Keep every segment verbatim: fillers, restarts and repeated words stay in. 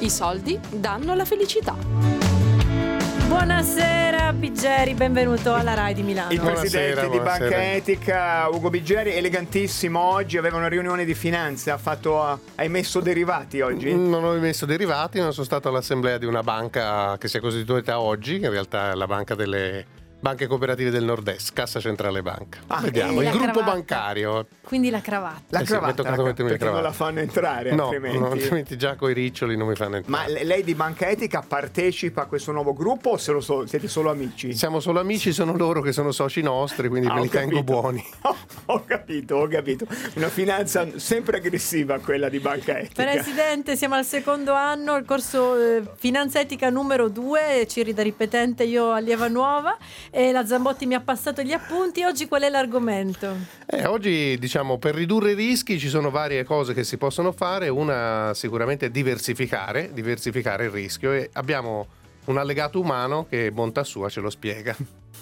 I soldi danno la felicità. Buonasera Biggeri, benvenuto alla Rai di Milano. Il presidente Buonasera, di Banca buonasera. Etica, Ugo Biggeri, elegantissimo oggi, aveva una riunione di finanze, ha fatto, ha emesso derivati oggi? Non ho emesso derivati, non sono stato all'assemblea di una banca che si è costituita oggi, che in realtà è la banca delle banche cooperative del Nord-Est, Cassa Centrale Banca. Ah, Vediamo, e il la gruppo cravatta. bancario. Quindi la cravatta. La Eh sì, mi è cravatta, toccato la- mettermi la perché non cravatta. la fanno entrare, No, altrimenti. no, altrimenti già coi riccioli non mi fanno entrare. Ma le- lei di Banca Etica partecipa a questo nuovo gruppo o se lo so- siete solo amici? Siamo solo amici, sono loro che sono soci nostri, quindi Ah, me ho li tengo capito. buoni. Ho capito, ho capito. Una finanza sempre aggressiva quella di Banca Etica. Presidente, siamo al secondo anno, il corso eh, Finanza Etica numero due, Ciri da ripetente, io allieva nuova, e la Zambotti mi ha passato gli appunti. Oggi qual è l'argomento? Eh, oggi, diciamo, per ridurre i rischi ci sono varie cose che si possono fare. Una sicuramente è diversificare, diversificare il rischio, e abbiamo un allegato umano che, bontà sua, ce lo spiega.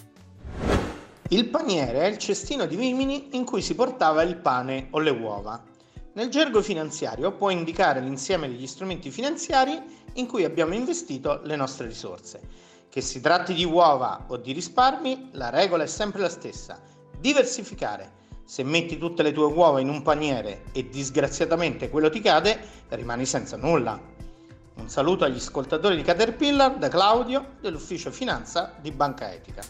Il paniere è il cestino di vimini in cui si portava il pane o le uova. Nel gergo finanziario può indicare l'insieme degli strumenti finanziari in cui abbiamo investito le nostre risorse. Che si tratti di uova o di risparmi, la regola è sempre la stessa: diversificare. Se metti tutte le tue uova in un paniere e disgraziatamente quello ti cade, rimani senza nulla. Un saluto agli ascoltatori di Caterpillar da Claudio dell'ufficio finanza di Banca Etica.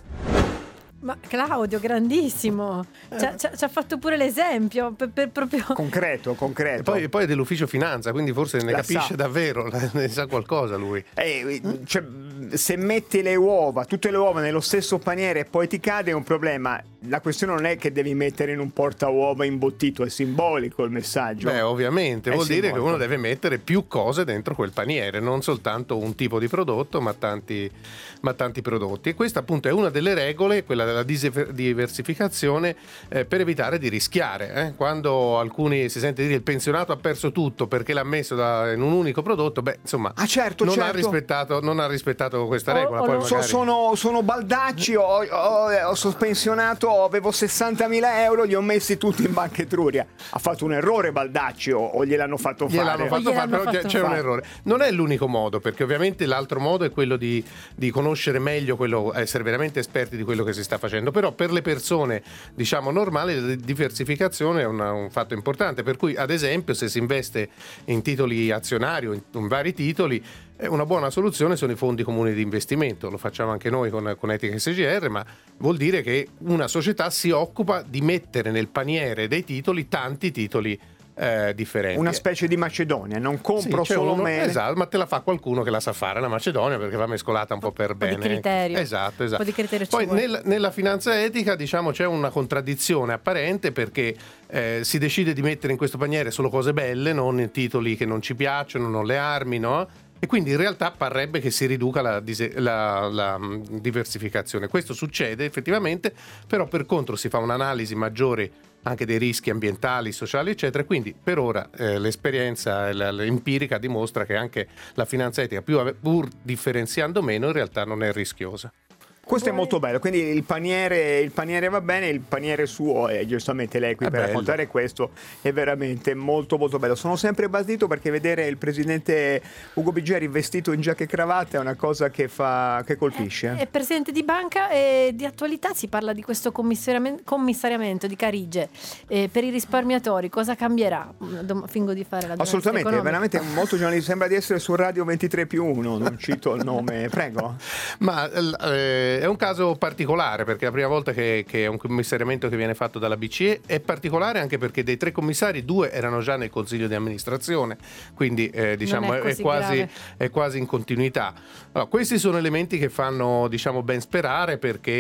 Ma Claudio, grandissimo, ci ha, ci ha- ci ha fatto pure l'esempio per, per proprio... Concreto, concreto. E poi, poi è dell'ufficio finanza, quindi forse ne La capisce sa. davvero, ne sa qualcosa lui. Eh, cioè, se metti le uova, tutte le uova nello stesso paniere e poi ti cade è un problema. La questione non è che devi mettere in un portauova imbottito, è simbolico il messaggio. Beh, ovviamente È vuol dire che simbolico. uno deve mettere più cose dentro quel paniere, non soltanto un tipo di prodotto, ma tanti, ma tanti prodotti. E questa appunto è una delle regole, quella della dise- diversificazione, eh, per evitare di rischiare. eh. Quando alcuni si sente dire il pensionato ha perso tutto perché l'ha messo da- in un unico prodotto, beh, insomma, Ah, certo, non, certo. Ha rispettato, non ha rispettato questa O- regola. o Poi lo- So- magari... sono, sono baldacci, ho, ho, ho sospensionato, avevo sessantamila euro, li ho messi tutti in Banca Etruria. Ha fatto un errore Baldacci o, o gliel'hanno fatto fare? Gliel'hanno fatto Gliel'hanno fare, però fatto c'è- c'è un fare. errore. Non è l'unico modo, perché ovviamente l'altro modo è quello di, di conoscere meglio quello, essere veramente esperti di quello che si sta facendo. Però per le persone, diciamo, normali, la diversificazione è una- un fatto importante. Per cui, ad esempio, se si investe in titoli azionari o in, in vari titoli, eh, una buona soluzione sono i fondi comuni di investimento. Lo facciamo anche noi con, con Etica S G R, ma vuol dire che una società si occupa di mettere nel paniere dei titoli tanti titoli eh, differenti. Una specie di Macedonia, non compro Sì, c'è solo uno- mele. Esatto, ma te la fa qualcuno che la sa fare, la Macedonia, perché va mescolata un po' per Un po' di bene. criterio. Esatto, esatto. Un po' di criterio ci Poi vuole. nel- nella finanza etica, diciamo, c'è una contraddizione apparente, perché eh, si decide di mettere in questo paniere solo cose belle, non titoli che non ci piacciono, non le armi, no? E quindi in realtà parrebbe che si riduca la, dise- la- la, mh, diversificazione. Questo succede effettivamente, però per contro si fa un'analisi maggiore anche dei rischi ambientali, sociali, eccetera. Quindi per ora eh, l'esperienza eh, la- la empirica dimostra che anche la finanza etica, più ave- pur differenziando meno, in realtà non è rischiosa. Questo è molto bello, quindi il paniere, il paniere va bene, il paniere suo, e giustamente lei qui È per bello. raccontare questo, è veramente molto molto bello. Sono sempre basito perché vedere il presidente Ugo Biggeri vestito in giacca e cravatta è una cosa che fa che colpisce. È presidente di banca e di attualità si parla di questo commissariamen- commissariamento di Carige eh, per i risparmiatori. Cosa cambierà? Dom- fingo di fare la giornalista Assolutamente, è economica. veramente molto giornalista, sembra di essere su Radio ventitré più uno, non cito il nome, prego. Ma eh, è un caso particolare, perché è la prima volta che, che è un commissariamento che viene fatto dalla B C E. È particolare anche perché dei tre commissari due erano già nel consiglio di amministrazione, quindi eh, diciamo Non è è, così quasi, grave. è quasi in continuità. Allora, questi sono elementi che fanno, diciamo, ben sperare, perché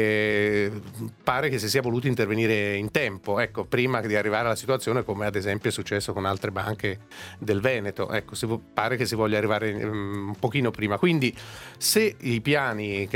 eh, pare che si sia voluto intervenire in tempo, ecco, prima di arrivare alla situazione come ad esempio è successo con altre banche del Veneto. Ecco, si vo- pare che si voglia arrivare um, un pochino prima. Quindi se i piani che sono in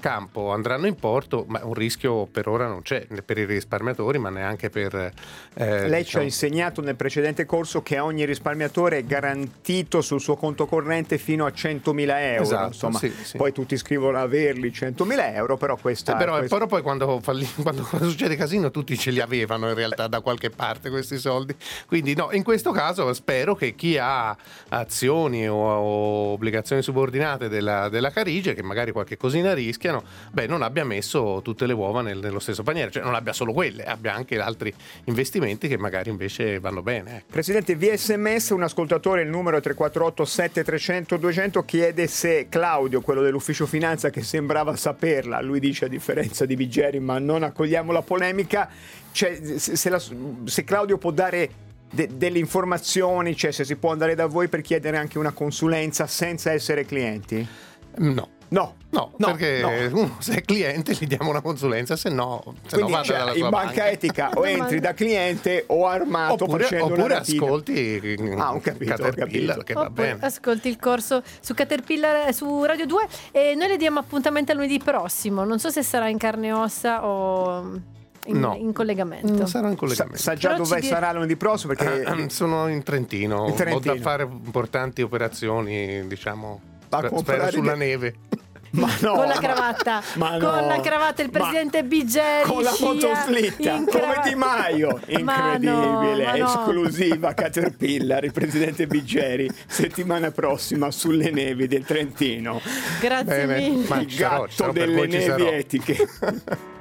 campo andranno in porto, ma un rischio per ora non c'è né per i risparmiatori, ma neanche per eh, lei diciamo... ci ha insegnato nel precedente corso che ogni risparmiatore è garantito sul suo conto corrente fino a centomila euro. Esatto, insomma, sì, sì. Poi tutti scrivono averli centomila euro, però questa Eh, però, questa... però poi quando, falli, quando, quando succede casino tutti ce li avevano in realtà da qualche parte questi soldi, quindi no, in questo caso spero che chi ha azioni o, o obbligazioni subordinate della, della Carige, che magari qualche cosina rischiano, beh, non abbia messo tutte le uova nel, nello stesso paniere, cioè non abbia solo quelle, abbia anche altri investimenti che magari invece vanno bene. Ecco. Presidente, via sms un ascoltatore, il numero è tre quattro otto sette trecento duecento, chiede se Claudio, quello dell'ufficio finanza che sembrava saperla, lui dice a differenza di Bigeri, ma non accogliamo la polemica, cioè se, se, la, se Claudio può dare de, delle informazioni, cioè se si può andare da voi per chiedere anche una consulenza senza essere clienti? No. No, no, no perché no. uno, se è cliente gli diamo una consulenza, se no, se Quindi, no vada cioè, dalla in sua banca, banca etica o entri da cliente o armato oppure, facendo oppure una rapina. ascolti ah, ho capito, Caterpillar, ho capito. che va Oppure bene. ascolti il corso su Caterpillar su Radio due e noi le diamo appuntamento a lunedì prossimo. Non so se sarà in carne e ossa o in, no. in collegamento. Non sarà in Sa, collegamento. sa già Però dove ci sarà lunedì prossimo? Perché Sono in Trentino, in Trentino. ho da fare importanti operazioni, diciamo, Va a spero comprare sulla de- neve. Ma no, con la cravatta, ma no, con la cravatta il presidente ma Bigeri con la scia motoslitta in come cravatta. Di Maio, Ma no, incredibile, ma no. esclusiva Caterpillar, il presidente Bigeri settimana prossima sulle nevi del Trentino. Grazie Bene, mille. ma Il ci sarò, gatto ci sarò, per delle voi ci nevi sarò. etiche.